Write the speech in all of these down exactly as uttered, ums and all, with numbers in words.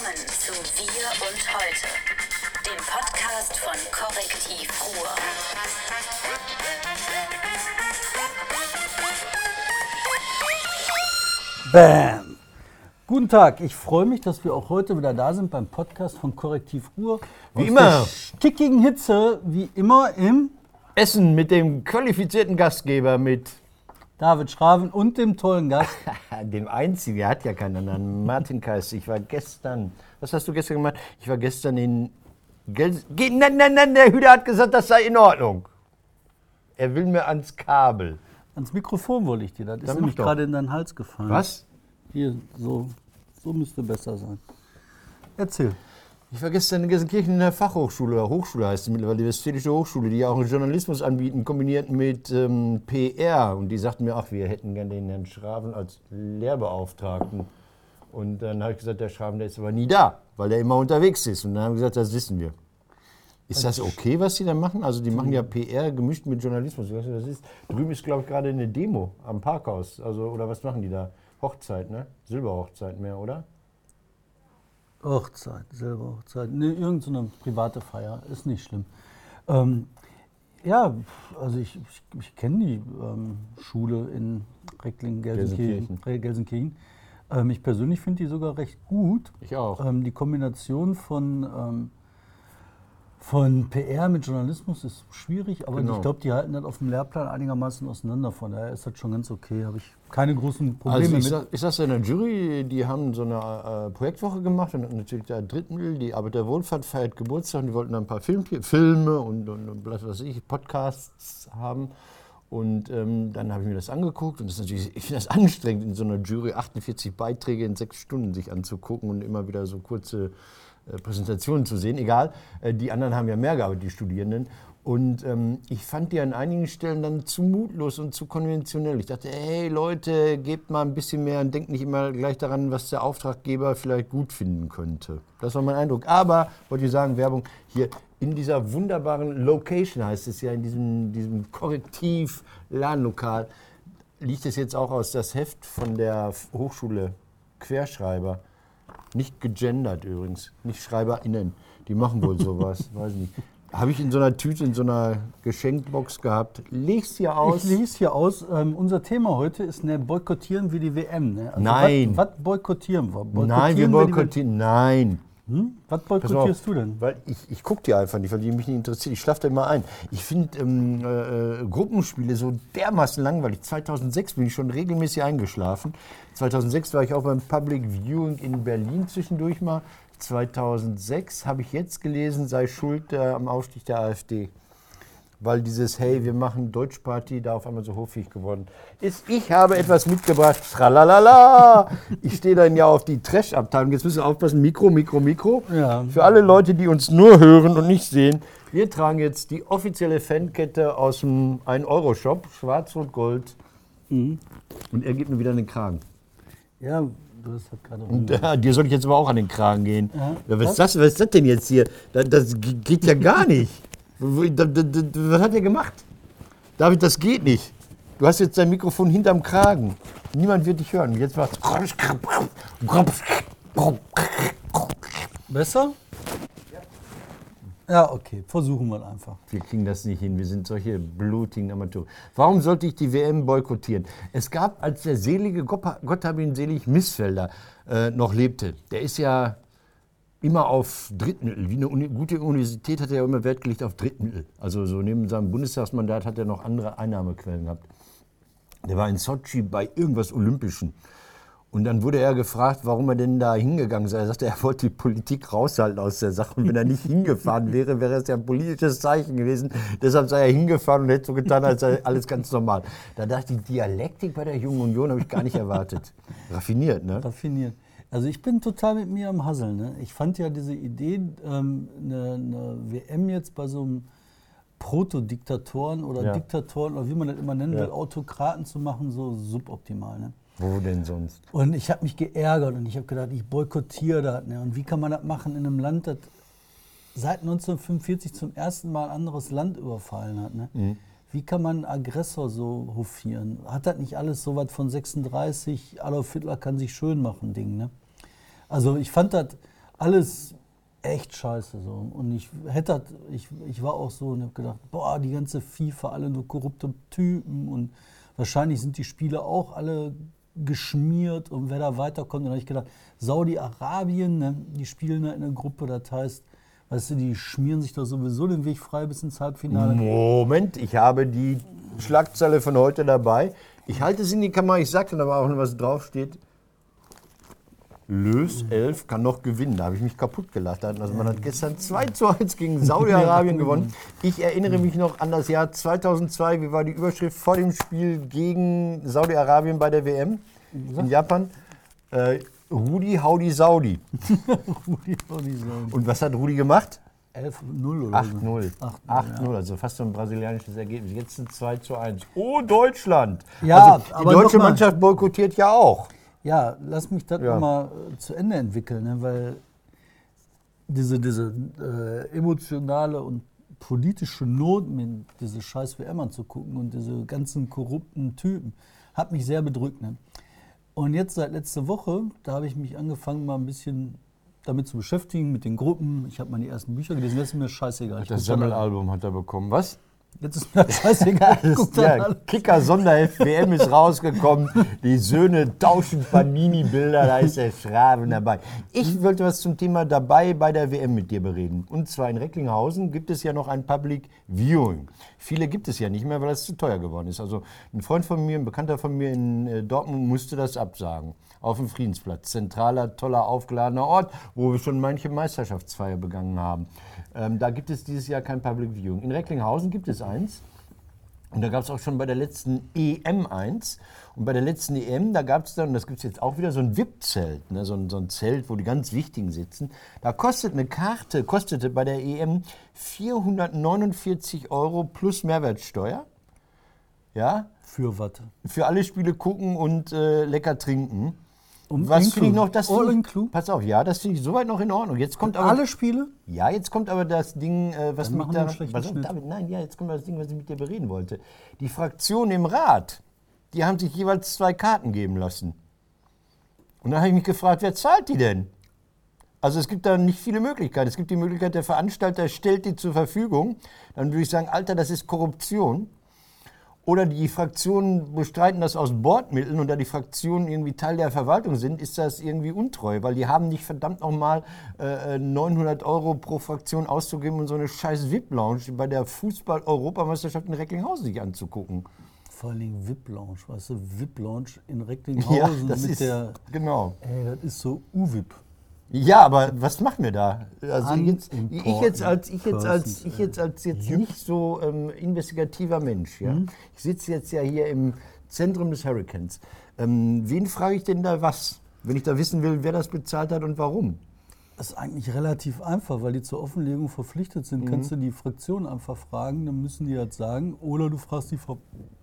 Willkommen zu Wir und Heute, dem Podcast von Korrektiv Ruhr. Bam! Guten Tag, ich freue mich, dass wir auch heute wieder da sind beim Podcast von Korrektiv Ruhr. Wie Aus immer. der stickigen Hitze, wie immer im Essen mit dem qualifizierten Gastgeber, mit David Schraven und dem tollen Gast. dem einzigen, er hat ja keinen anderen, Martin Kais. Ich war gestern, was hast du gestern gemacht? Ich war gestern in Gelsenkirchen. Nein, nein, nein, der Hüder hat gesagt, das sei in Ordnung. Er will mir ans Kabel. Ans Mikrofon wollte ich dir, das ist Dann nämlich mach doch. gerade in deinen Hals gefallen. Was? Hier, so, so müsste besser sein. Erzähl. Ich war gestern in Gelsenkirchen in der Fachhochschule, oder Hochschule heißt sie mittlerweile, die Westfälische Hochschule, die ja auch Journalismus anbieten, kombiniert mit ähm, P R. Und die sagten mir, ach, wir hätten gerne den Herrn Schraven als Lehrbeauftragten. Und dann habe ich gesagt, der Schraven, der ist aber nie da, weil der immer unterwegs ist. Und dann haben wir gesagt, das wissen wir. Ist das okay, was die da machen? Also die machen ja P R gemischt mit Journalismus. Ich weiß nicht, was das ist. Drüben ist, glaube ich, gerade eine Demo am Parkhaus. Also, oder was machen die da? Hochzeit, ne? Silberhochzeit mehr, oder? Hochzeit, Silberhochzeit, ne, irgendeine private Feier, ist nicht schlimm. Ähm, ja, also ich, ich, ich kenne die ähm, Schule in Reckling-Gelsenkirchen. Gelsenkirchen. Gelsenkirchen. Ähm, ich persönlich finde die sogar recht gut. Ich auch. Ähm, die Kombination von, ähm, von P R mit Journalismus ist schwierig, aber Genau. ich glaube, die halten das auf dem Lehrplan einigermaßen auseinander. Von daher ist das schon ganz okay, habe ich keine großen Probleme Also ich, mit. sag, ich sag's ja in der Jury, die haben so eine äh, Projektwoche gemacht und natürlich der Drittmittel, die Arbeiterwohlfahrt feiert Geburtstag und die wollten dann ein paar Film, Filme und, und, und was weiß ich, Podcasts haben. Und ähm, dann habe ich mir das angeguckt und das ist natürlich, ich finde das anstrengend, in so einer Jury achtundvierzig Beiträge in sechs Stunden sich anzugucken und immer wieder so kurze äh, Präsentationen zu sehen. Egal, äh, die anderen haben ja mehr gearbeitet, die Studierenden. Und ähm, ich fand die an einigen Stellen dann zu mutlos und zu konventionell. Ich dachte, hey Leute, gebt mal ein bisschen mehr und denkt nicht immer gleich daran, was der Auftraggeber vielleicht gut finden könnte. Das war mein Eindruck. Aber, wollte ich sagen, Werbung, hier in dieser wunderbaren Location, heißt es ja, in diesem, diesem Korrektiv-Ladenlokal, liegt es jetzt auch aus, das Heft von der Hochschule Querschreiber. Nicht gegendert übrigens, nicht SchreiberInnen. Die machen wohl sowas, weiß nicht. Habe ich in so einer Tüte, in so einer Geschenkbox gehabt. Leg's hier aus. Ich lese hier aus, ähm, unser Thema heute ist, ne, boykottieren wir die W M. Ne? Also Nein. Was boykottieren wir? Boykottieren Nein, wir boykottieren. Nein. Die, hm? Was Pass auf, boykottierst du denn? Weil ich, ich gucke die einfach nicht, weil die mich nicht interessiert. Ich schlafe da immer ein. Ich finde ähm, äh, Gruppenspiele so dermaßen langweilig. zweitausendsechs bin ich schon regelmäßig eingeschlafen. zweitausendsechs war ich auch beim Public Viewing in Berlin zwischendurch mal. zweitausendsechs habe ich jetzt gelesen, sei schuld äh, am Aufstieg der AfD. Weil dieses, hey, wir machen Deutschparty, da auf einmal so hochfähig geworden ist. Ich habe etwas mitgebracht, tralalala. Ich stehe dann ja auf die Trash-Abteilung. Jetzt müssen wir aufpassen, Mikro, Mikro, Mikro. Ja. Für alle Leute, die uns nur hören und nicht sehen, wir tragen jetzt die offizielle Fankette aus dem ein Euro Shop, Schwarz-Rot-Gold. Mhm. Und er gibt mir wieder den Kragen. Ja, du hast das gerade Und äh, dir soll ich jetzt aber auch an den Kragen gehen. Ja. Ja, was, ist das, was ist das denn jetzt hier? Das, das ge- geht ja gar nicht. Wo- da- da- da- Was hat er gemacht? David, das geht nicht. Du hast jetzt dein Mikrofon hinterm Kragen. Niemand wird dich hören. Jetzt macht's. Besser? Ja, okay, versuchen wir einfach. Wir kriegen das nicht hin. Wir sind solche blutigen Amateure. Warum sollte ich die W M boykottieren? Es gab, als der selige, Gott, Gott habe ihn selig, Missfelder äh, noch lebte, der ist ja immer auf Drittmittel. Wie eine Uni gute Universität hat er ja immer Wert gelegt auf Drittmittel. Also so neben seinem Bundestagsmandat hat er noch andere Einnahmequellen gehabt. Der war in Sotschi bei irgendwas Olympischen. Und dann wurde er gefragt, warum er denn da hingegangen sei. Er sagte, er wollte die Politik raushalten aus der Sache. Und wenn er nicht hingefahren wäre, wäre es ja ein politisches Zeichen gewesen. Deshalb sei er hingefahren und hätte so getan, als sei alles ganz normal. Da dachte ich, Dialektik bei der Jungen Union habe ich gar nicht erwartet. Raffiniert, ne? Raffiniert. Also ich bin total mit mir am Hasseln. Ne? Ich fand ja diese Idee, ähm, eine, eine W M jetzt bei so einem Protodiktatoren oder Ja. Diktatoren oder wie man das immer nennen Ja. will, Autokraten zu machen, so suboptimal. Ne? Wo denn sonst? Und ich habe mich geärgert und ich habe gedacht, ich boykottiere das. Ne? Und wie kann man das machen in einem Land, das seit neunzehnhundertfünfundvierzig zum ersten Mal ein anderes Land überfallen hat? Ne? Mhm. Wie kann man einen Aggressor so hofieren? Hat das nicht alles so was von sechsunddreißig, Adolf Hitler kann sich schön machen, Ding, ne? Also ich fand das alles echt scheiße. So. Und ich hätte, ich, ich war auch so und habe gedacht, boah, die ganze FIFA, alle nur korrupte Typen und wahrscheinlich sind die Spiele auch alle geschmiert und wer da weiterkommt. Und dann habe ich gedacht, Saudi-Arabien, ne, die spielen da in einer Gruppe, das heißt, weißt du, die schmieren sich doch sowieso den Weg frei bis ins Halbfinale. Moment, ich habe die Schlagzeile von heute dabei. Ich halte es in die Kamera, ich sage dann aber auch noch, was draufsteht. Lös elf kann noch gewinnen. Da habe ich mich kaputt gelacht. Also man hat gestern zwei zu eins gegen Saudi-Arabien gewonnen. Ich erinnere mich noch an das Jahr zweitausendzwei. Wie war die Überschrift vor dem Spiel gegen Saudi-Arabien bei der W M in Japan? Äh, Rudi, Haudi, Saudi. Rudi, Haudi, Saudi. Und was hat Rudi gemacht? elf null oder acht null. acht null, also fast so ein brasilianisches Ergebnis. Jetzt ein zwei zu eins. Oh, Deutschland! Ja, also die aber deutsche noch mal. Mannschaft boykottiert ja auch. Ja, lass mich das Ja. nochmal äh, zu Ende entwickeln, ne? Weil diese, diese äh, emotionale und politische Not, mir diese scheiß W M anzugucken und diese ganzen korrupten Typen, hat mich sehr bedrückt. Ne? Und jetzt seit letzter Woche, da habe ich mich angefangen, mal ein bisschen damit zu beschäftigen, mit den Gruppen. Ich habe meine ersten Bücher gelesen, das ist mir scheißegal. Ich Das guck da Sammelalbum hat er bekommen. Was? Jetzt ist mir das scheißegal. Ich guck da Ja, alles. Kicker-Sonderheft W M ist rausgekommen. Die Söhne tauschen Panini-Bilder, da ist der Schraven dabei. Ich wollte was zum Thema dabei bei der W M mit dir bereden. Und zwar in Recklinghausen gibt es ja noch ein Public Viewing. Viele gibt es ja nicht mehr, weil es zu teuer geworden ist. Also ein Freund von mir, ein Bekannter von mir in äh, Dortmund musste das absagen. Auf dem Friedensplatz. Zentraler, toller, aufgeladener Ort, wo wir schon manche Meisterschaftsfeier begangen haben. Ähm, da gibt es dieses Jahr kein Public Viewing. In Recklinghausen gibt es eins. Und da gab es auch schon bei der letzten E M eins. Und bei der letzten E M, da gab es dann, und das gibt es jetzt auch wieder, so ein V I P-Zelt. Ne? So, ein, so ein Zelt, wo die ganz Wichtigen sitzen. Da kostet eine Karte, kostete bei der E M vierhundertneunundvierzig Euro plus Mehrwertsteuer. Ja, Für was? für alle Spiele gucken und äh, lecker trinken. Um Was include. finde ich noch? Das All find ich, include? pass auf, ja, das finde ich soweit noch in Ordnung. Jetzt kommt aber, Alle Spiele? ja, jetzt kommt aber das Ding, äh, was Dann mich machen wir einen da, schlechten pass auf, Schnitt. David, nein, ja, jetzt kommt das Ding, was ich mit dir bereden wollte. Die Fraktionen im Rat, die haben sich jeweils zwei Karten geben lassen. Und dann habe ich mich gefragt, wer zahlt die denn? Also es gibt da nicht viele Möglichkeiten. Es gibt die Möglichkeit, der Veranstalter stellt die zur Verfügung. Dann würde ich sagen, Alter, das ist Korruption. Oder die Fraktionen bestreiten das aus Bordmitteln und da die Fraktionen irgendwie Teil der Verwaltung sind, ist das irgendwie untreu, weil die haben nicht verdammt nochmal äh, neunhundert Euro pro Fraktion auszugeben und so eine scheiß V I P-Lounge bei der Fußball-Europameisterschaft in Recklinghausen sich anzugucken. Vor allen Dingen V I P-Lounge, weißt du, V I P-Lounge in Recklinghausen Ja, das mit ist, der, genau. ey, das ist so U V I P. Ja, aber was machen wir da? Also jetzt, ich Unimportant jetzt als ich jetzt als persons, ich jetzt als jetzt nicht so ähm, investigativer Mensch, ja. Ich sitze jetzt ja hier im Zentrum des Hurricanes. Ähm, wen frage ich denn da was, wenn ich da wissen will, wer das bezahlt hat und warum? Das ist eigentlich relativ einfach, weil die zur Offenlegung verpflichtet sind. Kannst du die Fraktion einfach fragen, dann müssen die das sagen. Oder du fragst die Ver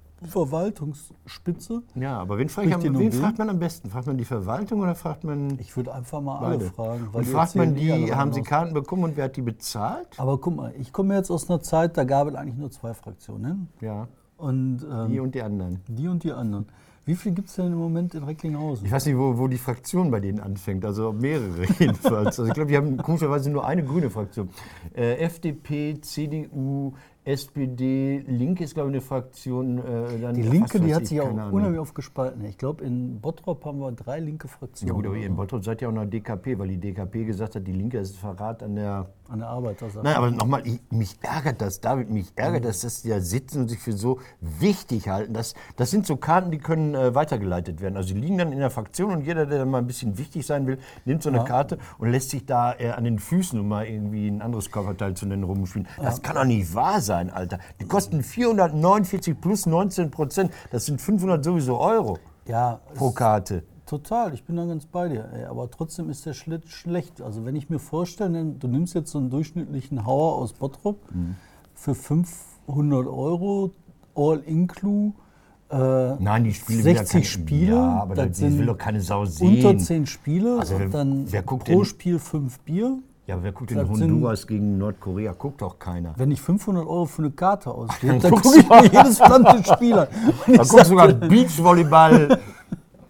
Verwaltungsspitze. Ja, aber wen, frage ich am, Spricht die wen nur fragt man am besten? Fragt man die Verwaltung oder fragt man Ich würde einfach mal alle beide? fragen. Weil Und fragt man erzählen eh die, alle haben sie was. Karten bekommen und wer hat die bezahlt? Aber guck mal, ich komme jetzt aus einer Zeit, da gab es eigentlich nur zwei Fraktionen. Ja, Und, ähm, die und die anderen. die und die anderen. Wie viel gibt es denn im Moment in Recklinghausen? Ich weiß nicht, wo, wo die Fraktion bei denen anfängt, also mehrere jedenfalls. Also ich glaube, die haben komischerweise nur eine grüne Fraktion. Äh, F D P, C D U, S P D, Linke ist, glaube ich, eine Fraktion. Äh, dann Die was Linke, weiß die hat ich, sich auch keine Ahnung. unheimlich oft gespalten. Ich glaube, in Bottrop haben wir drei linke Fraktionen. Ja gut, aber ihr in Bottrop seid ja auch noch D K P, weil die D K P gesagt hat, die Linke ist Verrat an der... An der Arbeitersache. Nein, aber nochmal, ich- mich ärgert das, David, mich ärgert das, dass die da sitzen und sich für so wichtig halten. Das, das sind so Karten, die können äh, weitergeleitet werden. Also die liegen dann in der Fraktion und jeder, der dann mal ein bisschen wichtig sein will, nimmt so eine Karte und lässt sich da äh, an den Füßen, um mal irgendwie ein anderes Körperteil zu nennen, rumspielen. Das kann doch nicht wahr sein, Alter. Die kosten vierhundertneunundvierzig plus neunzehn Prozent. Das sind fünfhundert sowieso Euro Ja, pro es- Karte. total. Ich bin da ganz bei dir. Ey. Aber trotzdem ist der Schlitt schlecht. Also wenn ich mir vorstelle, nimm- du nimmst jetzt so einen durchschnittlichen Hauer aus Bottrop für fünfhundert Euro, all include. Äh, Nein, die Spiele will ja sechzig keine- Spiele, Ja, aber das das sind will doch keine Sau sehen. unter zehn Spiele Also wer- und dann wer guckt pro denn- Spiel fünf Bier. Ja, aber wer guckt in Das sind- Honduras gegen Nordkorea? Guckt doch keiner. Wenn ich fünfhundert Euro für eine Karte ausgebe, Dann dann guckst gucke ich du- mir jedes Land den Spieler. Und Da ich guckt sogar sagte, Beachvolleyball.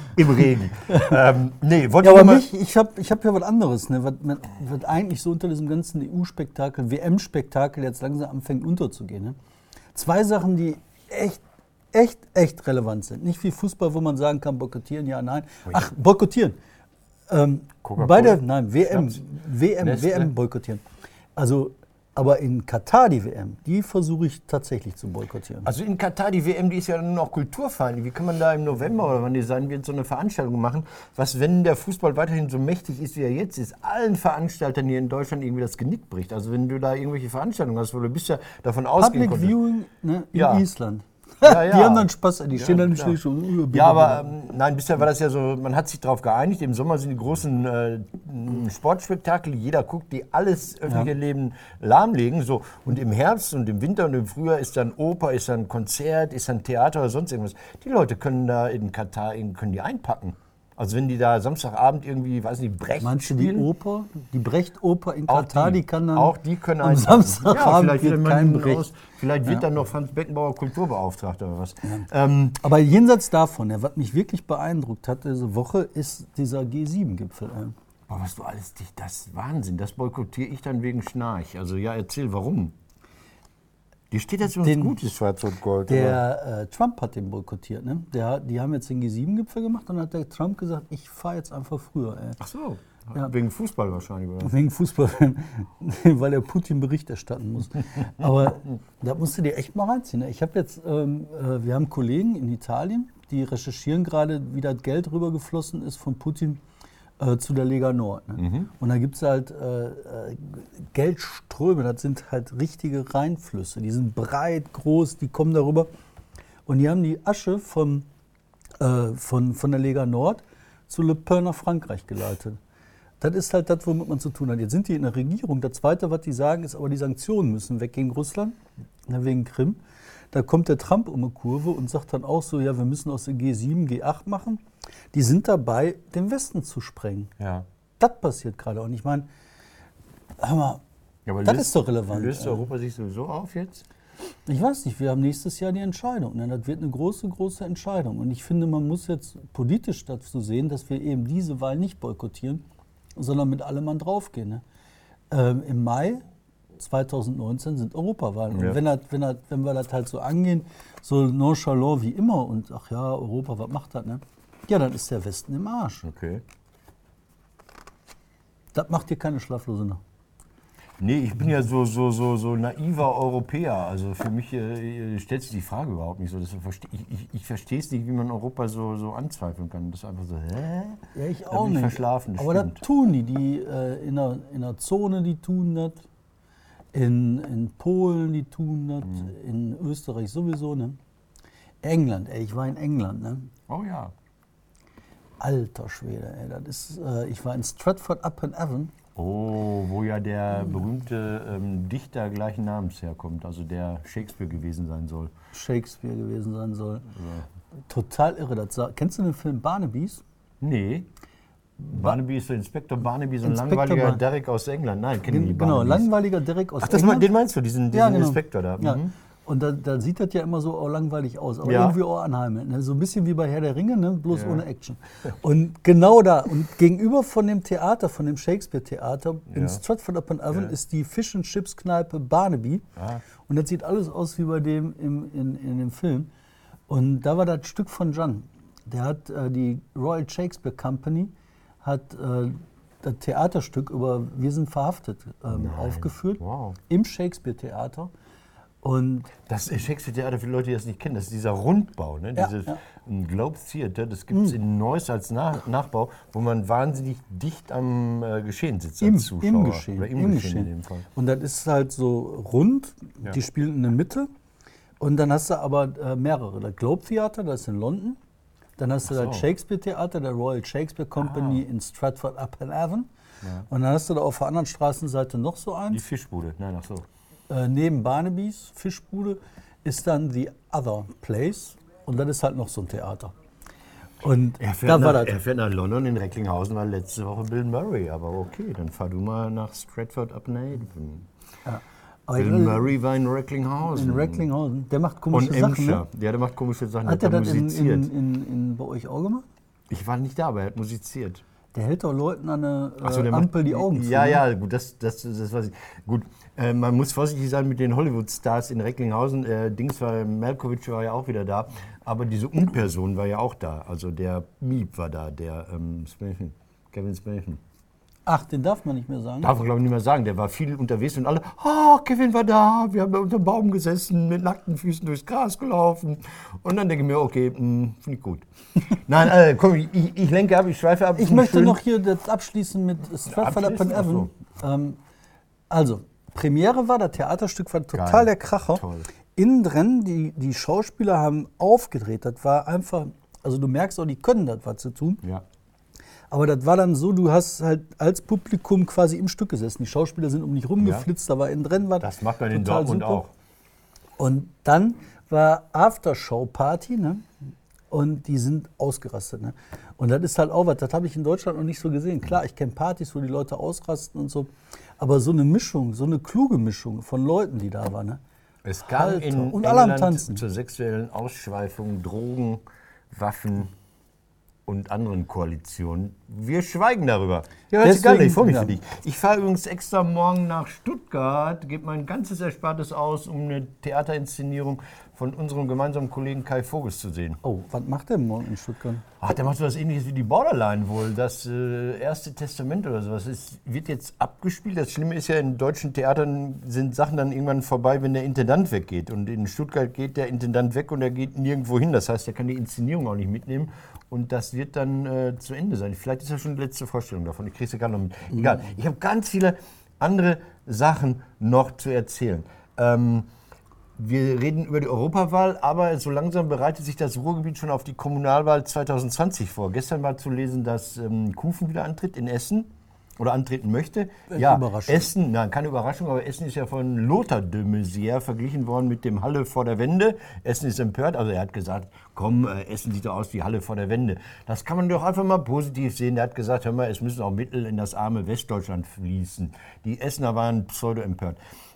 Im Regen. ähm, nee, wollte Ja, ich aber mal... mich, ich habe ich hab ja was anderes, ne, was, was eigentlich so unter diesem ganzen E U-Spektakel, W M-Spektakel jetzt langsam anfängt unterzugehen. Ne? Zwei Sachen, die echt, echt, echt relevant sind. Nicht wie Fußball, wo man sagen kann, boykottieren, ja, nein. Ach, boykottieren. Ähm, bei der, nein, W M, W M, Nestle. W M boykottieren. Also, aber in Katar die W M, die versuche ich tatsächlich zu boykottieren. Also in Katar, die W M, die ist ja nun auch kulturfeindlich. Wie kann man da im November oder wann die sein wird, so eine Veranstaltung machen, was, wenn der Fußball weiterhin so mächtig ist, wie er jetzt ist, allen Veranstaltern hier in Deutschland irgendwie das Genick bricht. Also wenn du da irgendwelche Veranstaltungen hast, wo du bisher davon ausgehen Public konntest. Viewing, ne, in Ja. Island. Ja, ja. Die haben dann Spaß, die stehen Ja, dann im klar. Schnee schon. Ja, aber ähm, nein, bisher war das ja so, man hat sich darauf geeinigt, im Sommer sind die großen äh, Sportspektakel, die jeder guckt, die alles öffentliche Leben lahmlegen. So. Und im Herbst und im Winter und im Frühjahr ist dann Oper, ist dann Konzert, ist dann Theater oder sonst irgendwas. Die Leute können da in Katar, können die einpacken. Also wenn die da Samstagabend irgendwie, weiß nicht, Brecht Manche die spielen. Oper, die Brecht-Oper in Auch Katar, die, kann dann auch die können am einpacken. Samstagabend ja, wird vielleicht kein wird, Brecht. aus, vielleicht wird Ja. dann noch Franz Beckenbauer Kulturbeauftragter oder was. Ähm, Aber jenseits davon, ja, was mich wirklich beeindruckt hat diese Woche, ist dieser G sieben Gipfel. Äh. Boah, was du alles dich, das ist Wahnsinn, das boykottiere ich dann wegen Schnarch. Also ja, erzähl, warum? Die steht jetzt uns Den- gut, die Schwarz und Gold. oder? Der äh, Trump hat den boykottiert. Ne? Der, die haben jetzt den G sieben Gipfel gemacht und dann hat der Trump gesagt, ich fahre jetzt einfach früher. Ey. Ach so, Ja. wegen Fußball wahrscheinlich, oder? Wegen Fußball, weil der Putin Bericht erstatten muss. Aber da musst du dir echt mal reinziehen. Ne? Ich habe jetzt, ähm, äh, wir haben Kollegen in Italien, die recherchieren gerade, wie das Geld rübergeflossen ist von Putin äh, zu der Lega Nord. Ne? Und da gibt es halt äh, äh, Geldströme, das sind halt richtige Rheinflüsse. Die sind breit, groß, die kommen darüber. Und die haben die Asche vom, äh, von, von der Lega Nord zu Le Pen nach Frankreich geleitet. Das ist halt das, womit man zu tun hat. Jetzt sind die in der Regierung. Das Zweite, was die sagen, ist aber, die Sanktionen müssen weg gegen Russland, wegen Krim. Da kommt der Trump um eine Kurve und sagt dann auch so, ja, wir müssen aus der G sieben G acht machen. Die sind dabei, den Westen zu sprengen. Ja. Das passiert gerade. Und ich meine, hör mal, Ja, aber das löst- ist doch relevant. Löst äh. Europa sich sowieso auf jetzt? Ich weiß nicht, wir haben nächstes Jahr die Entscheidung. Ne? Das wird eine große, große Entscheidung. Und ich finde, man muss jetzt politisch dazu sehen, dass wir eben diese Wahl nicht boykottieren, sondern mit allem Mann draufgehen. Ne? Ähm, Im Mai zweitausendneunzehn sind Europawahlen. Und Ja. wenn, das, wenn, das, wenn wir das halt so angehen, so nonchalant wie immer und ach ja, Europa, was macht das? Ne? Ja, dann ist der Westen im Arsch. Okay. Das macht dir keine schlaflose Nacht. Nee, ich bin ja so, so, so, so naiver Europäer. Also für mich äh, stellt sich die Frage überhaupt nicht so. Das verste ich ich, ich verstehe es nicht, wie man Europa so, so anzweifeln kann. Das ist einfach so, hä? Ja, ich Da auch bin ich nicht. verschlafen, das Aber das stimmt. tun die. Die äh, in, der, in der Zone, die tun das. In, in Polen, die tun das. Mhm. In Österreich sowieso. Ne? England, ey, ich war in England. Ne? Oh ja. Alter Schwede, ey, das ist, äh, ich war in Stratford-upon-Avon. Oh, wo ja der berühmte ähm, Dichter gleichen Namens herkommt, also der Shakespeare gewesen sein soll. Shakespeare gewesen sein soll. Total irre. Das sah, kennst du den Film Barnabys? Nee. Barnaby ist so Inspektor Barnaby, so ein Inspektor langweiliger Bar- Derek aus England. Nein, kennen die Genau, Barnabys. langweiliger Derek aus Ach, das, England. den meinst du, diesen, diesen Ja, genau. Inspektor da? Ja. Mhm. Und da, da sieht das ja immer so auch langweilig aus, aber Ja. irgendwie auch anheimend. Ne? So ein bisschen wie bei Herr der Ringe, ne? Bloß Ja. ohne Action. Und genau da, und gegenüber von dem Theater, von dem Shakespeare-Theater in Ja. Stratford-upon-Avon Ja. ist die Fish-and-Chips-Kneipe Barnaby. Ah. Und das sieht alles aus wie bei dem im, in, in dem Film. Und da war das Stück von John. Der hat äh, die Royal Shakespeare Company hat äh, das Theaterstück über Wir sind verhaftet ähm, aufgeführt Wow. im Shakespeare-Theater. Und Das Shakespeare-Theater, für Leute, die das nicht kennen, das ist dieser Rundbau, ne? Ja, Dieses ja. Globe Theater, das gibt es in Neuss als Nach Nachbau, wo man wahnsinnig dicht am äh, Geschehen sitzt Im, als Zuschauer. im Geschehen. Oder im, im Geschehen, in Geschehen. dem Fall. Und das ist halt so rund, Ja. die spielen in der Mitte. Und dann hast du aber äh, mehrere. Das Globe Theater, das ist in London. Dann hast du Ach so. das Shakespeare Theater, der Royal Shakespeare Company Ah. in Stratford-upon-Avon. Ja. Und dann hast du da auf der anderen Straßenseite noch so Die eins. Fischbude, nein, ach so. Äh, neben Barnabys Fischbude ist dann The Other Place. Und das ist halt noch so ein Theater. Und Er fährt, da nach, war das. er fährt nach London, in Recklinghausen war letzte Woche Bill Murray, aber okay, dann fahr du mal nach Stratford-upon-Avon. Ja. Aber Bill ich- Murray war in Recklinghausen. in Recklinghausen, der macht komische Und Sachen. Emscher. Ne? Ja, der macht komische Sachen, Hat er der das in, musiziert. in, in, in, bei euch auch gemacht? Ich war nicht da, aber er hat musiziert. Der hält doch Leuten an eine äh, Ach so, der Ampel macht- die Augen zu. Ja, ne? ja, gut, das, das, das weiß ich. Gut, äh, man muss vorsichtig sein mit den Hollywood-Stars in Recklinghausen. Äh, Dings war, Malkovich war ja auch wieder da, aber diese Unperson war ja auch da. Also der Miep war da, der ähm, Spacey, Kevin Spacey. Ach, den darf man nicht mehr sagen. Darf man glaube ich nicht mehr sagen, der war viel unterwegs und alle, ah, Kevin war da, wir haben da unter dem Baum gesessen, mit nackten Füßen durchs Gras gelaufen. Und dann denke ich mir, okay, finde ich gut. Nein, äh, komm, ich, ich lenke ab, ich schweife ab. Ich Finde möchte schön. noch hier das abschließen mit Stratford upon Abschließen? Avon. Ähm, also, Premiere war, das Theaterstück war total Geil. der Kracher. Toll. Innen drin, die, die Schauspieler haben aufgedreht. Das war einfach, also du merkst auch, die können das, was sie tun. Ja. Aber das war dann so, du hast halt als Publikum quasi im Stück gesessen. Die Schauspieler sind um dich rumgeflitzt, da war innen drin was. Das macht man in total Dortmund super. auch. Und dann war Aftershow-Party, ne? Und die sind ausgerastet, ne? Und das ist halt auch was, das habe ich in Deutschland noch nicht so gesehen. Klar, ich kenne Partys, wo die Leute ausrasten und so. Aber so eine Mischung, so eine kluge Mischung von Leuten, die da waren, ne? Es kam Alter, in und alle am England Tanzen. zur sexuellen Ausschweifung, Drogen, Waffen und anderen Koalitionen. Wir schweigen darüber. Ja, hört sich Deswegen- geil, ich freue mich ja. für dich. Ich fahre übrigens extra morgen nach Stuttgart, gebe mein ganzes Erspartes aus, um eine Theaterinszenierung von unserem gemeinsamen Kollegen Kai Vogels zu sehen. Oh, was macht der morgen in Stuttgart? Ach, der macht so was Ähnliches wie die Borderline wohl. Das äh, erste Testament oder sowas. Es wird jetzt abgespielt. Das Schlimme ist ja, in deutschen Theatern sind Sachen dann irgendwann vorbei, wenn der Intendant weggeht. Und in Stuttgart geht der Intendant weg und er geht nirgendwo hin. Das heißt, er kann die Inszenierung auch nicht mitnehmen. Und das wird dann äh, zu Ende sein. Vielleicht ist ja schon die letzte Vorstellung davon. Ich kriege es ja gar noch mit. Egal. Ich habe ganz viele andere Sachen noch zu erzählen. Ähm, Wir reden über die Europawahl, aber so langsam bereitet sich das Ruhrgebiet schon auf die Kommunalwahl zwanzig zwanzig vor. Gestern war zu lesen, dass ähm, Kufen wieder antritt in Essen oder antreten möchte. Welche ja, Überraschung. Essen, nein, keine Überraschung, aber Essen ist ja von Lothar de Maizière verglichen worden mit dem Halle vor der Wende. Essen ist empört, also er hat gesagt, komm, äh, Essen sieht doch aus wie Halle vor der Wende. Das kann man doch einfach mal positiv sehen. Er hat gesagt, hör mal, es müssen auch Mittel in das arme Westdeutschland fließen. Die Essener waren pseudo-empört.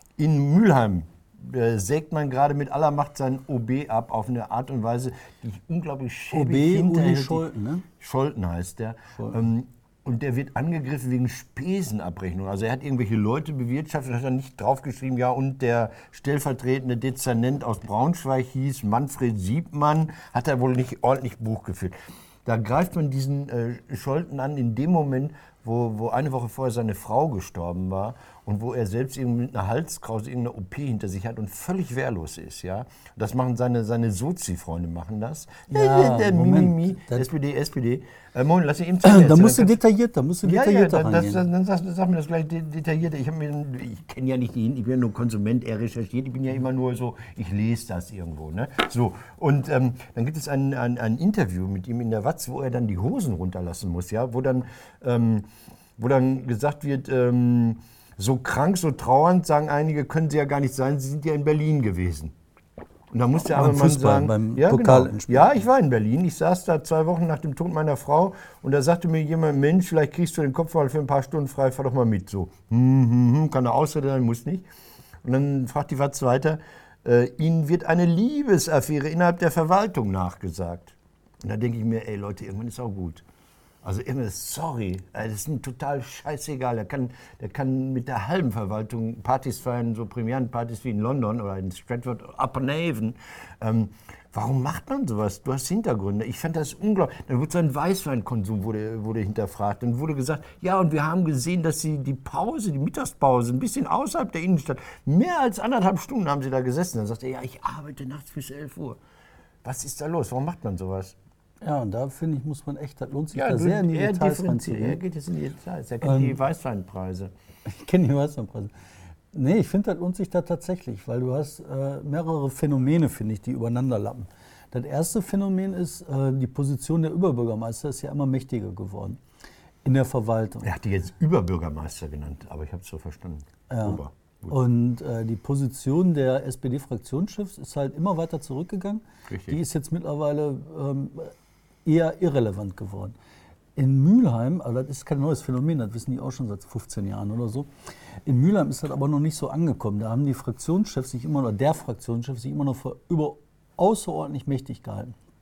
In Mülheim äh, sägt man gerade mit aller Macht seinen O B ab, auf eine Art und Weise, die ich unglaublich O schäbig B, Uli hinterhältig- Scholten, ne? Scholten heißt der. Scholten. Ähm, und der wird angegriffen wegen Spesenabrechnung. Also er hat irgendwelche Leute bewirtschaftet, hat dann nicht draufgeschrieben, ja, und der stellvertretende Dezernent aus Braunschweig hieß Manfred Siebmann, hat er wohl nicht ordentlich Buch geführt. Da greift man diesen äh, Scholten an in dem Moment, wo, wo eine Woche vorher seine Frau gestorben war und wo er selbst irgendwie mit einer Halskrause irgendeine O P hinter sich hat und völlig wehrlos ist. Ja? Das machen seine, seine Sozi-Freunde, machen das. Ja, der Moment, Mimimi, das- S P D, S P D. Äh, Moin, lass ihn eben zeigen. Da musst du detailliert, da musst du Ja, ja, detailliert dann, das, rangehen. dann sag, sag mir das gleich de- detailliert. Ich, hab mir- ich kenne ja nicht die, ich bin ja nur Konsument, er recherchiert. Ich bin ja immer nur so, ich lese das irgendwo. Ne? So, und ähm, dann gibt es ein, ein, ein Interview mit ihm in der Watz, wo er dann die Hosen runterlassen muss, ja, wo dann, ähm, wo dann gesagt wird, ähm, so krank, so trauernd, sagen einige, können sie ja gar nicht sein, sie sind ja in Berlin gewesen. Und da musste aber Beim man Fußball, sagen, beim ja, genau. Pokalendspiel. Ja, ich war in Berlin. Ich saß da zwei Wochen nach dem Tod meiner Frau und da sagte mir jemand, Mensch, vielleicht kriegst du den Kopf mal für ein paar Stunden frei, fahr doch mal mit. So, hm, hm, hm, kann eine Ausrede sein, muss nicht. Und dann fragt die Watz weiter, äh, ihnen wird eine Liebesaffäre innerhalb der Verwaltung nachgesagt. Und da denke ich mir, ey Leute, irgendwann ist auch gut. Also irgendwann, sorry, das ist ihm total scheißegal. Der kann, der kann mit der halben Verwaltung Partys feiern, so Premierenpartys wie in London oder in Stratford upon Avon. Ähm, warum macht man sowas? Du hast Hintergründe. Ich fand das unglaublich. Dann wurde sein Weißweinkonsum wurde, wurde hinterfragt. Dann wurde gesagt, ja, und wir haben gesehen, dass sie die Pause, die Mittagspause, ein bisschen außerhalb der Innenstadt, mehr als anderthalb Stunden haben sie da gesessen. Dann sagt er, ja, ich arbeite nachts bis elf Uhr. Was ist da los? Warum macht man sowas? Ja, und da finde ich, muss man echt, das lohnt sich Ja, da du, sehr in die er, Details differenziert, er reinzugehen. geht jetzt in die Details. Er kennt Ähm, die Weißweinpreise. Ich kenne die Weißweinpreise. Nee, ich finde, das lohnt sich da tatsächlich, weil du hast äh, mehrere Phänomene, finde ich, die übereinander lappen. Das erste Phänomen ist, äh, die Position der Überbürgermeister ist ja immer mächtiger geworden in der Verwaltung. Er hat die jetzt Überbürgermeister genannt, aber ich habe es so verstanden. Ja. Ober. Gut. Und äh, die Position der S P D-Fraktionschefs ist halt immer weiter zurückgegangen. Richtig. Die ist jetzt mittlerweile ähm, eher irrelevant geworden. In Mülheim, also das ist kein neues Phänomen, das wissen die auch schon seit fünfzehn Jahren oder so. In Mülheim ist das aber noch nicht so angekommen. Da haben die Fraktionschefs sich immer noch, der Fraktionschef sich immer noch für über außerordentlich mächtig gehalten.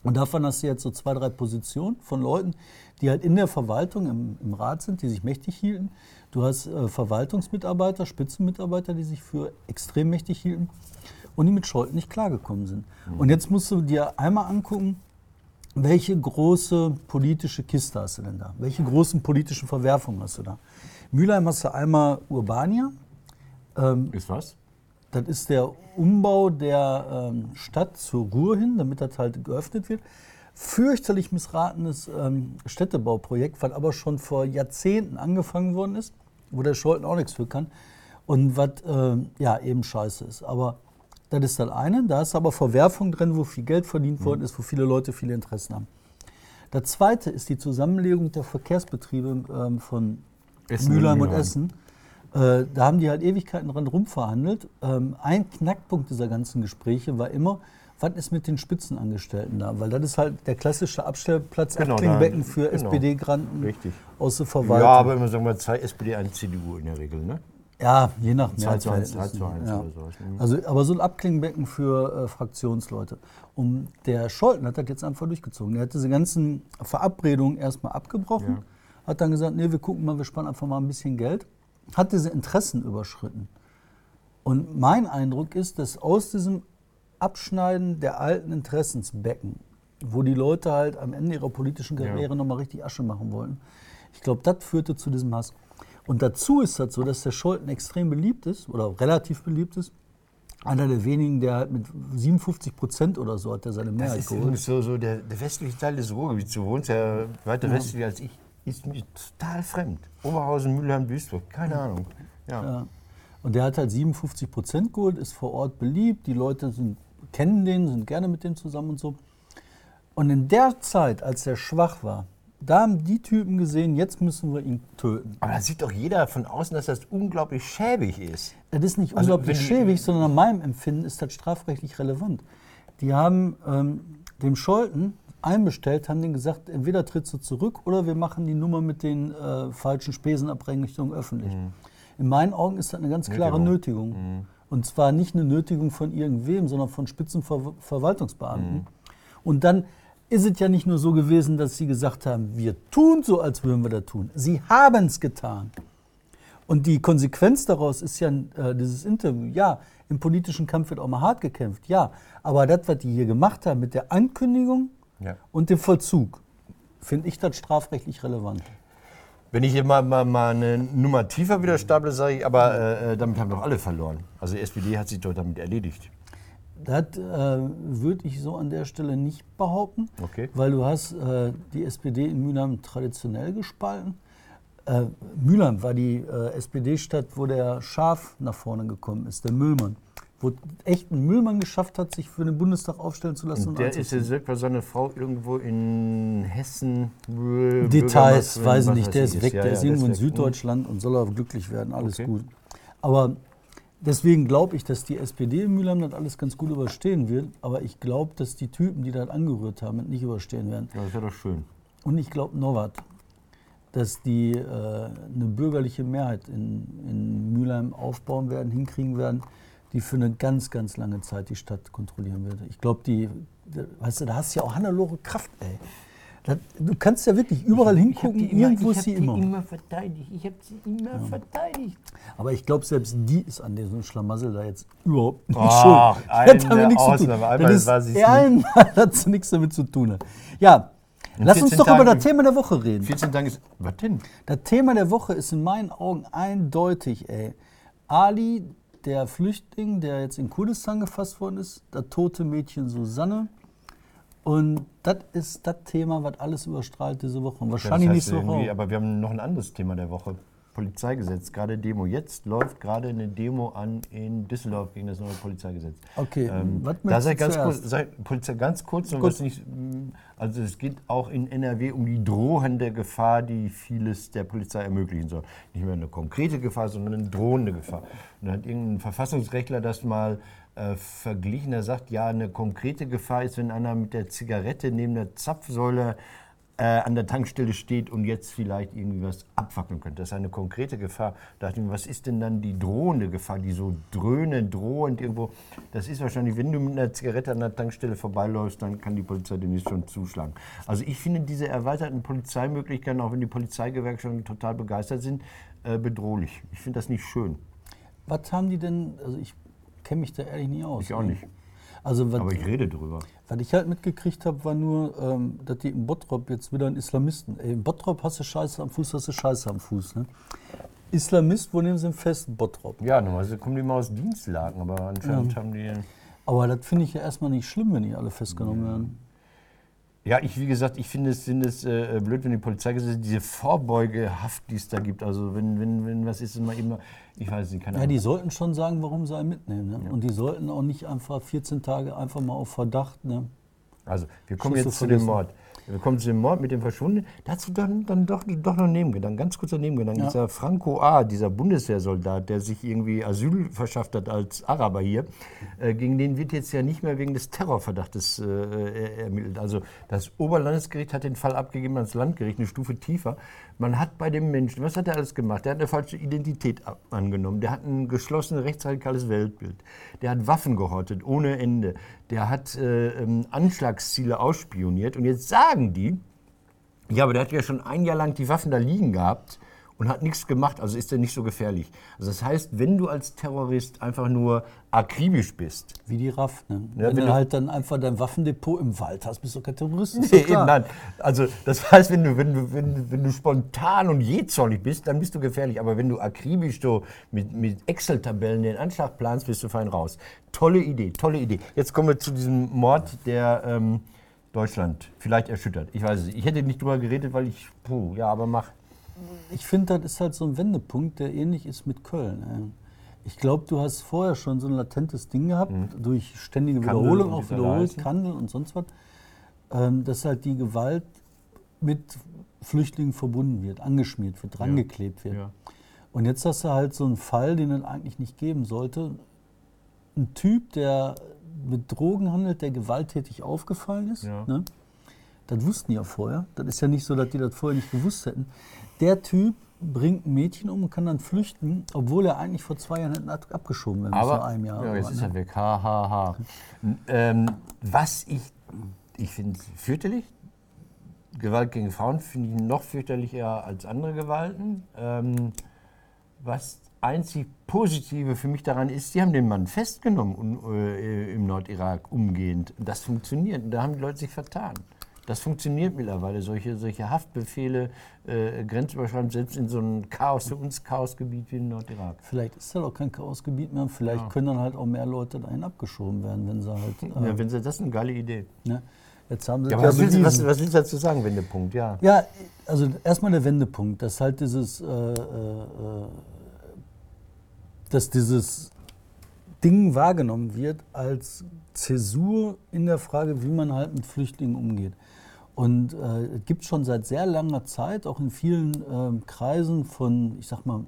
Und davon hast du jetzt so zwei, drei Positionen von Leuten, die halt in der Verwaltung, im, im Rat sind, die sich mächtig hielten. Du hast äh, Verwaltungsmitarbeiter, Spitzenmitarbeiter, die sich für extrem mächtig hielten und die mit Scholten nicht klargekommen sind. Mhm. Und jetzt musst du dir einmal angucken, welche große politische Kiste hast du denn da? Welche großen politischen Verwerfungen hast du da? Mülheim hast du einmal Urbania. Ähm, ist was? Das ist der Umbau der ähm, Stadt zur Ruhr hin, damit das halt geöffnet wird. Fürchterlich missratenes ähm, Städtebauprojekt, was aber schon vor Jahrzehnten angefangen worden ist, wo der Scholten auch nichts für kann und was äh, ja eben scheiße ist. Aber das ist das eine, da ist aber Verwerfung drin, wo viel Geld verdient worden ist, wo viele Leute viele Interessen haben. Das zweite ist die Zusammenlegung der Verkehrsbetriebe ähm, von Essen Mülheim und Mülheim. Essen. Äh, da haben die halt Ewigkeiten dran rumverhandelt. Ähm, ein Knackpunkt dieser ganzen Gespräche war immer, was ist mit den Spitzenangestellten da? Weil das ist halt der klassische Abstellplatz, Genau, Abklingbecken da- für genau. S P D-Granten Richtig. aus der Ja, Verwaltung. aber immer sagen wir zwei S P D, ein C D U in der Regel, ne? Ja, je nach zwei zu eins, Mehrheitsverhältnissen. drei zu eins Ja. oder sowas. Mhm. Also, aber so ein Abklingbecken für äh, Fraktionsleute. Und der Scholten hat das jetzt einfach durchgezogen. Der hat diese ganzen Verabredungen erstmal abgebrochen, Ja. hat dann gesagt, nee, wir gucken mal, wir sparen einfach mal ein bisschen Geld. Hat diese Interessen überschritten. Und mein Eindruck ist, dass aus diesem Abschneiden der alten Interessensbecken, wo die Leute halt am Ende ihrer politischen Karriere Ja. nochmal richtig Asche machen wollten, ich glaube, das führte zu diesem Hass. Und dazu ist das so, dass der Scholten extrem beliebt ist oder relativ beliebt ist. Einer der wenigen, der halt mit siebenundfünfzig Prozent oder so hat der seine Das Mehrheit ist geholt. übrigens so, so der, der westliche Teil des Ruhrgebiets, du wohnst ja weiter Ja. westlich als ich, ist mir total fremd. Oberhausen, Mülheim, Duisburg, keine Ahnung. Ja. Ja. Und der hat halt siebenundfünfzig Prozent geholt, ist vor Ort beliebt, die Leute sind, kennen den, sind gerne mit dem zusammen und so. Und in der Zeit, als er schwach war, da haben die Typen gesehen, jetzt müssen wir ihn töten. Aber da sieht doch jeder von außen, dass das unglaublich schäbig ist. Das ist nicht Also, unglaublich wenn die- schäbig, sondern nach meinem Empfinden ist das strafrechtlich relevant. Die haben ähm, dem Scholten einbestellt, haben denen gesagt, entweder trittst du zurück oder wir machen die Nummer mit den äh, falschen Spesenabrechnungen öffentlich. Mhm. In meinen Augen ist das eine ganz klare Nötigung. Nötigung. Mhm. Und zwar nicht eine Nötigung von irgendwem, sondern von Spitzenverwaltungsbeamten. Mhm. Und dann ist es ja nicht nur so gewesen, dass sie gesagt haben, wir tun so, als würden wir das tun. Sie haben es getan. Und die Konsequenz daraus ist ja äh, dieses Interview. Ja, im politischen Kampf wird auch mal hart gekämpft, ja. Aber das, was die hier gemacht haben mit der Ankündigung Ja. und dem Vollzug, finde ich das strafrechtlich relevant. Wenn ich hier mal, mal, mal eine Nummer tiefer wieder staple, sage ich, aber äh, damit haben doch alle verloren. Also die S P D hat sich doch damit erledigt. Das äh, würde ich so an der Stelle nicht behaupten, Okay. weil du hast äh, die S P D in Mülheim traditionell gespalten. Äh, Mülheim war die äh, S P D-Stadt, wo der Schaf nach vorne gekommen ist, der Müllmann. Wo echt ein Müllmann geschafft hat, sich für den Bundestag aufstellen zu lassen. Und der ist einzuziehen. jetzt etwa seine Frau irgendwo in Hessen. Bü- Details, Bürgermeisterin, weiß ich was nicht, der weiß ist ich. weg, Ja, der ja, ist irgendwo in weg. Süddeutschland und soll er glücklich werden, alles Okay. gut. Aber deswegen glaube ich, dass die S P D in Mülheim das alles ganz gut überstehen wird, aber ich glaube, dass die Typen, die das angerührt haben, das nicht überstehen werden. Ja, das wäre doch schön. Und ich glaube noch was, dass die äh, eine bürgerliche Mehrheit in, in Mülheim aufbauen werden, hinkriegen werden, die für eine ganz, ganz lange Zeit die Stadt kontrollieren wird. Ich glaube, die, die, weißt du, da hast du ja auch Hannelore Kraft, ey. Das, du kannst ja wirklich überall hingucken, irgendwo ist sie immer. immer verteidigt. Ich habe sie immer verteidigt. Aber ich glaube, selbst die ist an diesem Schlamassel da jetzt überhaupt nicht Ach, schuld. eine Das hat damit nichts zu tun. Ausnahme. Einmal Das ist war sie's einmal hat sie nichts damit zu tun. Ja, lass uns vierzehn doch über Tagen- das Thema der Woche reden. vierzehn Tage ist. Was denn? Das Thema der Woche ist in meinen Augen eindeutig, ey. Ali, der Flüchtling, der jetzt in Kurdistan gefasst worden ist, das tote Mädchen Susanne. Und das ist das Thema, was alles überstrahlt diese Woche. Und wahrscheinlich Ja, das nicht heißt so irgendwie, hoch. aber wir haben noch ein anderes Thema der Woche. Polizeigesetz, gerade Demo. Jetzt läuft gerade eine Demo an in Düsseldorf gegen das neue Polizeigesetz. Okay, Ähm, was da möchtest sei du ganz zuerst? kurz, sei, Polizei, ganz kurz, und Gut. was nicht, mh, also es geht auch in N R W um die drohende Gefahr, die vieles der Polizei ermöglichen soll. Nicht mehr eine konkrete Gefahr, sondern eine drohende Gefahr. Und da hat irgendein Verfassungsrechtler das mal äh, verglichen. Er sagt, ja, eine konkrete Gefahr ist, wenn einer mit der Zigarette neben der Zapfsäule äh, an der Tankstelle steht und jetzt vielleicht irgendwie was abfackeln könnte. Das ist eine konkrete Gefahr. Da dachte ich mir, was ist denn dann die drohende Gefahr, die so dröhnend, drohend irgendwo, das ist wahrscheinlich, wenn du mit einer Zigarette an der Tankstelle vorbeiläufst, dann kann die Polizei demnächst schon zuschlagen. Also ich finde diese erweiterten Polizeimöglichkeiten, auch wenn die Polizeigewerkschaften total begeistert sind, äh, bedrohlich. Ich finde das nicht schön. Was haben die denn, also ich kenne mich da ehrlich nie aus. Ich auch nicht. Also, was, Aber ich rede drüber. Was ich halt mitgekriegt habe, war nur, ähm, dass die in Bottrop jetzt wieder einen Islamisten, ey, in Bottrop hast du Scheiße am Fuß, hast du Scheiße am Fuß, ne? Islamist, wo nehmen sie ihn fest? Bottrop. Ja, normalerweise kommen die mal aus Dienstlagen, aber anscheinend Ja. haben die... Aber das finde ich ja erstmal nicht schlimm, wenn die alle festgenommen werden. Ja, ich, wie gesagt, ich finde es, finde es äh, blöd, wenn die Polizei gesagt diese Vorbeugehaft, die es da gibt. Also wenn, wenn, wenn was ist, immer immer, ich weiß nicht, keine Ja, Ahnung. die sollten schon sagen, warum sie einen mitnehmen. Ne? Ja. Und die sollten auch nicht einfach vierzehn Tage einfach mal auf Verdacht. Ne? Also wir kommen Schuss jetzt zu zu dem vergessen. Mord. Wir kommen zu dem Mord mit dem Verschwundenen. Dazu dann, dann doch, doch noch ein Nebengedanken, ganz kurzer Nebengedanken. Ja. Dieser Franco A., dieser Bundeswehrsoldat, der sich irgendwie Asyl verschafft hat als Araber hier, äh, gegen den wird jetzt ja nicht mehr wegen des Terrorverdachtes äh, ermittelt. Also das Oberlandesgericht hat den Fall abgegeben ans Landgericht, eine Stufe tiefer. Man hat bei dem Menschen, was hat er alles gemacht? Der hat eine falsche Identität ab- angenommen. Der hat ein geschlossenes rechtsradikales Weltbild. Der hat Waffen gehortet ohne Ende. Der hat äh, ähm, Anschlagsziele ausspioniert. Und jetzt sagen die, ja, aber der hat ja schon ein Jahr lang die Waffen da liegen gehabt und hat nichts gemacht, also ist er nicht so gefährlich. Also das heißt, wenn du als Terrorist einfach nur akribisch bist. Wie die R A F. Ne? Ja, wenn, wenn du du- halt dann einfach dein Waffendepot im Wald hast, bist du kein Terrorist. Ist Nee, doch klar. eben, nein. Also das heißt, wenn du, wenn, du, wenn, du, wenn du spontan und jähzornig bist, dann bist du gefährlich. Aber wenn du akribisch so mit, mit Excel-Tabellen den Anschlag planst, bist du fein raus. Tolle Idee, tolle Idee. Jetzt kommen wir zu diesem Mord, der ähm, Deutschland vielleicht erschüttert. Ich weiß es nicht. Ich hätte nicht drüber geredet, weil ich, puh, ja, aber mach. Ich finde, das ist halt so ein Wendepunkt, der ähnlich ist mit Köln. ey. Ich glaube, du hast vorher schon so ein latentes Ding gehabt, durch ständige Kandel Wiederholung, und auch dieser wiederholt, Leisten. Kandel und sonst was, ähm, dass halt die Gewalt mit Flüchtlingen verbunden wird, angeschmiert wird, drangeklebt wird. Ja. Und jetzt hast du halt so einen Fall, den es eigentlich nicht geben sollte. Ein Typ, der mit Drogen handelt, der gewalttätig aufgefallen ist. Ja. Ne? Das wussten die ja vorher. Das ist ja nicht so, dass die das vorher nicht gewusst hätten. Der Typ bringt ein Mädchen um und kann dann flüchten, obwohl er eigentlich vor zwei Jahren hätten ab- abgeschoben werden müssen, Aber vor einem Jahr. ja, jetzt oder ist was, er ne? weg. Ha, ha, ha. ähm, was ich, ich finde fürchterlich. Gewalt gegen Frauen finde ich noch fürchterlicher als andere Gewalten. Ähm, was einzig Positive für mich daran ist, sie haben den Mann festgenommen und, äh, im Nordirak umgehend. Das funktioniert. Und da haben die Leute sich vertan. Das funktioniert mittlerweile, solche, solche Haftbefehle, äh, grenzüberschreitend, selbst in so einem Chaos, für uns Chaosgebiet wie im Nordirak. Vielleicht ist das auch kein Chaosgebiet mehr. Vielleicht Ja. können dann halt auch mehr Leute dahin abgeschoben werden, wenn sie halt. Äh, Ja, wenn sie, das ist eine geile Idee. ne? Jetzt haben sie Ja, das aber was, willst, du- was, bewiesen. was willst du dazu sagen, Wendepunkt? Ja. Ja, also erstmal der Wendepunkt, dass halt dieses, äh, äh, äh, dass dieses Ding wahrgenommen wird als Zäsur in der Frage, wie man halt mit Flüchtlingen umgeht. Und äh, es gibt schon seit sehr langer Zeit, auch in vielen ähm, Kreisen von, ich sag mal,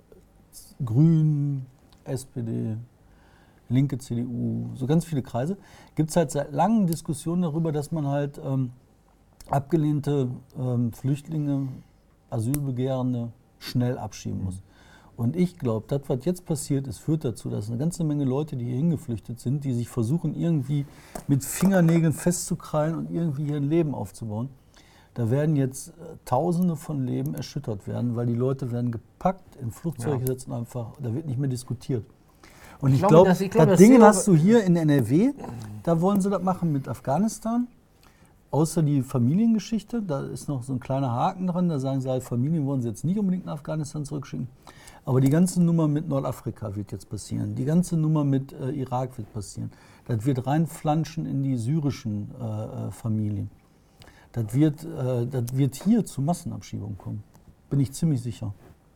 Grünen, S P D, linke C D U, so ganz viele Kreise, gibt es halt seit langen Diskussionen darüber, dass man halt ähm, abgelehnte ähm, Flüchtlinge, Asylbegehrende schnell abschieben muss. Und ich glaube, das, was jetzt passiert ist, führt dazu, dass eine ganze Menge Leute, die hier hingeflüchtet sind, die sich versuchen, irgendwie mit Fingernägeln festzukrallen und irgendwie ihr Leben aufzubauen, da werden jetzt äh, Tausende von Leben erschüttert werden, weil die Leute werden gepackt, in Flugzeuge Ja. gesetzt und einfach, da wird nicht mehr diskutiert. Und Ich ich glaube, glaube, dass- ich glaube, das das Ding Thema- hast du hier in N R W, da wollen sie das machen mit Afghanistan. Außer die Familiengeschichte, da ist noch so ein kleiner Haken dran, da sagen sie halt, Familien wollen sie jetzt nicht unbedingt nach Afghanistan zurückschicken. Aber die ganze Nummer mit Nordafrika wird jetzt passieren, die ganze Nummer mit äh, Irak wird passieren. Das wird reinflanschen in die syrischen äh, äh, Familien. Das wird, äh, das wird hier zu Massenabschiebungen kommen, bin ich ziemlich sicher.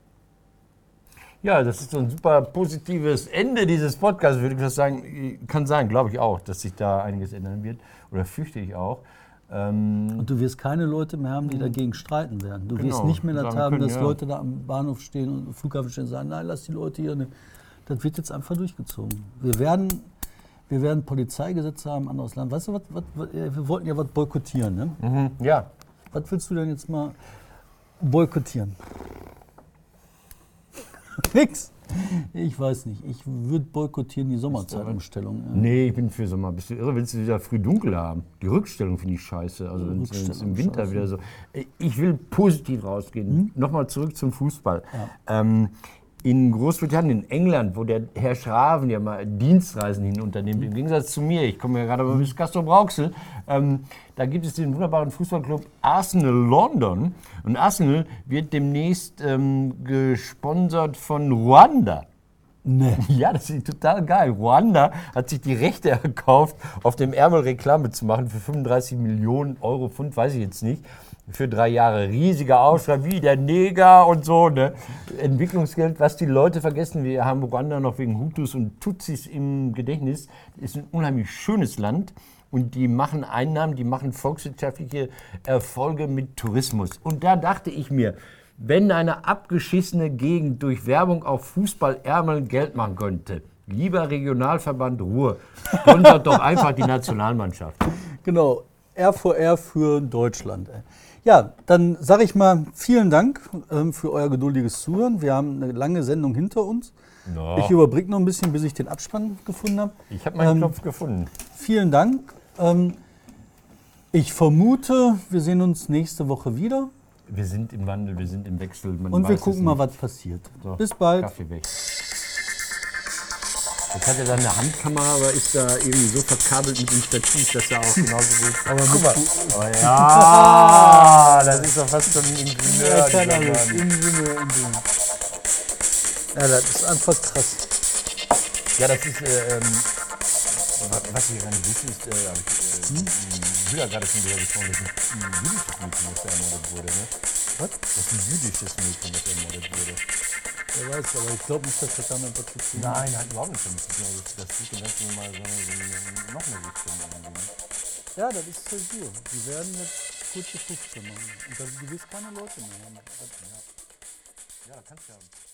Ja, das ist so ein super positives Ende dieses Podcasts, würde ich das sagen. Kann sein, glaube ich auch, dass sich da einiges ändern wird. Oder fürchte ich auch. Ähm, Und du wirst keine Leute mehr haben, die dagegen streiten werden. Du wirst Genau, nicht mehr das sagen haben, können, dass ja. Leute da am Bahnhof stehen und am Flughafen stehen und sagen, nein, lass die Leute hier. Ne. Das wird jetzt einfach durchgezogen. Wir werden, wir werden Polizeigesetze haben, anderes Land. Weißt du, was, was, was, wir wollten ja was boykottieren. Ne? mhm, ja, Was willst du denn jetzt mal boykottieren? Nix. Ich weiß nicht. Ich würde boykottieren die Sommerzeitumstellung. Ja. Nee, ich bin für Sommer. Bist du irre? Willst du wieder früh dunkel haben? Die Rückstellung finde ich scheiße. Also wenn es im Winter scheiße. Wieder so. Ich will positiv rausgehen. Hm? Nochmal zurück zum Fußball. Ja. Ähm, in Großbritannien, in England, wo der Herr Schraven ja mal Dienstreisen hin unternimmt, im Gegensatz zu mir, ich komme ja gerade mal bis Castrop-Rauxel, ähm, da gibt es den wunderbaren Fußballclub Arsenal London. Und Arsenal wird demnächst ähm, gesponsert von Ruanda. Nee. Ja, das ist total geil. Ruanda hat sich die Rechte erkauft, auf dem Ärmel Reklame zu machen für fünfunddreißig Millionen Euro, Pfund, weiß ich jetzt nicht. Für drei Jahre. Riesiger Aufschrei, wie der Neger und so. Ne? Entwicklungsgeld, was die Leute vergessen. Wir haben Ruanda noch wegen Hutus und Tutsis im Gedächtnis. Das ist ein unheimlich schönes Land. Und die machen Einnahmen, die machen volkswirtschaftliche Erfolge mit Tourismus. Und da dachte ich mir, wenn eine abgeschissene Gegend durch Werbung auf Fußballärmeln Geld machen könnte, lieber Regionalverband Ruhr, sponsert doch einfach die Nationalmannschaft. Genau, R V R für Deutschland. Ja, dann sage ich mal vielen Dank ähm, für euer geduldiges Zuhören. Wir haben eine lange Sendung hinter uns. No. Ich überbrücke noch ein bisschen, bis ich den Abspann gefunden habe. Ich habe meinen ähm, Knopf gefunden. Vielen Dank. Ähm, ich vermute, wir sehen uns nächste Woche wieder. Wir sind im Wandel, wir sind im Wechsel. Man Und wir gucken mal, was passiert. So, bis bald. Kaffee weg. Jetzt hat er dann eine Handkamera, aber ist da irgendwie so verkabelt mit dem Stativ, dass er auch genauso gut... Aber guck mal. Oh ja, das ist doch fast schon ein Ingenieur. Ja, kann alles. Ingenieur, Ingenieur. Ja, das ist einfach krass. Ja, das ist... Äh, ähm, was ich gar nicht wusste, ist... Äh, äh, hm? Ich will ja gerade schon drüber gesprochen, dass ein jüdisches Mädchen, das ermordet wurde, ne? Was? Das ist ein jüdisches Mädchen, das ermordet wurde. Wer weiß, aber ich glaube nicht, dass das damit was zu tun hat. Nein, hat überhaupt nichts damit zu tun. Das sieht dann ganz normal so, so noch eine Richtung irgendwie. Ja, das ist halt so. Die werden jetzt kurze Fuchse machen. Und dann gewiss keine Leute mehr haben. Ja, ja, kannst du ja.